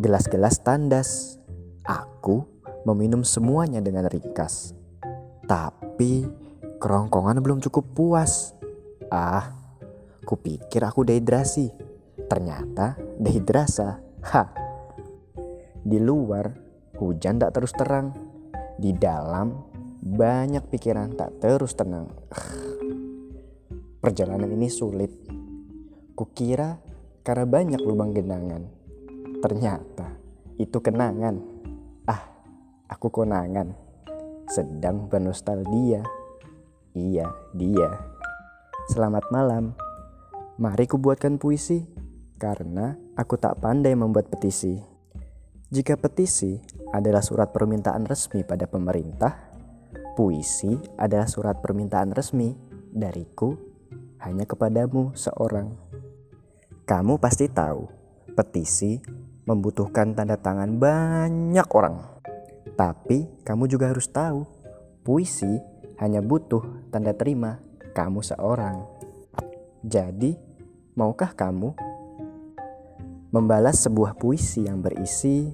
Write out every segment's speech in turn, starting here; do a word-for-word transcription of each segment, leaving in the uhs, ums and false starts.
Gelas-gelas tandas. Aku meminum semuanya dengan ringkas. Tapi kerongkongan belum cukup puas. Ah, kupikir aku dehidrasi. Ternyata dehidrasa. Ha. Di luar hujan tak terus terang. Di dalam banyak pikiran tak terus tenang. Perjalanan ini sulit. Kukira karena banyak lubang genangan. Ternyata itu kenangan. Ah, aku konangan. Sedang bernostalgia. Iya, dia. Selamat malam. Mari kubuatkan puisi, karena aku tak pandai membuat petisi. Jika petisi adalah surat permintaan resmi pada pemerintah, puisi adalah surat permintaan resmi dariku hanya kepadamu seorang. Kamu pasti tahu, petisi membutuhkan tanda tangan banyak orang. Tapi kamu juga harus tahu, puisi hanya butuh tanda terima kamu seorang. Jadi, maukah kamu membalas sebuah puisi yang berisi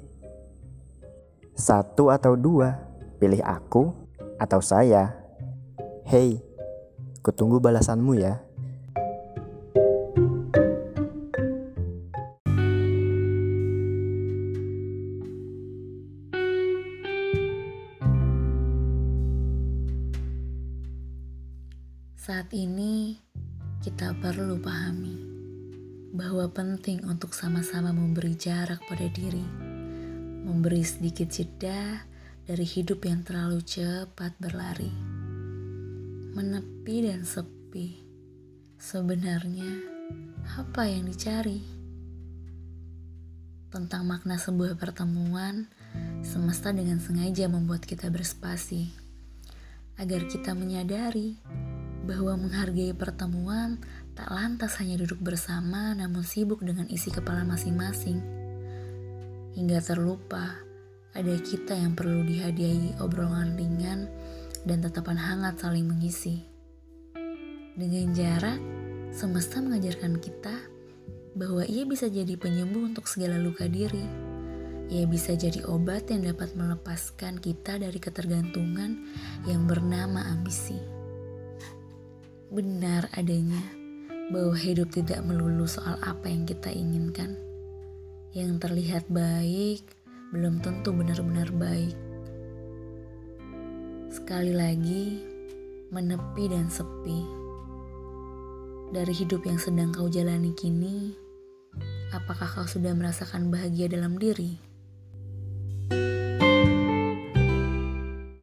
satu atau dua, pilih aku atau saya? Hei, kutunggu balasanmu ya. Saat ini kita perlu pahami bahwa penting untuk sama-sama memberi jarak pada diri, memberi sedikit jeda dari hidup yang terlalu cepat berlari, menepi dan sepi. Sebenarnya apa yang dicari? Tentang makna sebuah pertemuan, semesta dengan sengaja membuat kita berspasi agar kita menyadari bahwa menghargai pertemuan tak lantas hanya duduk bersama namun sibuk dengan isi kepala masing-masing. Hingga terlupa ada kita yang perlu dihadiahi obrolan ringan dan tatapan hangat saling mengisi. Dengan jarak, semesta mengajarkan kita bahwa ia bisa jadi penyembuh untuk segala luka diri. Ia bisa jadi obat yang dapat melepaskan kita dari ketergantungan yang bernama ambisi. Benar adanya bahwa hidup tidak melulu soal apa yang kita inginkan. Yang terlihat baik belum tentu benar-benar baik. Sekali lagi, menepi dan sepi. Dari hidup yang sedang kau jalani kini, apakah kau sudah merasakan bahagia dalam diri?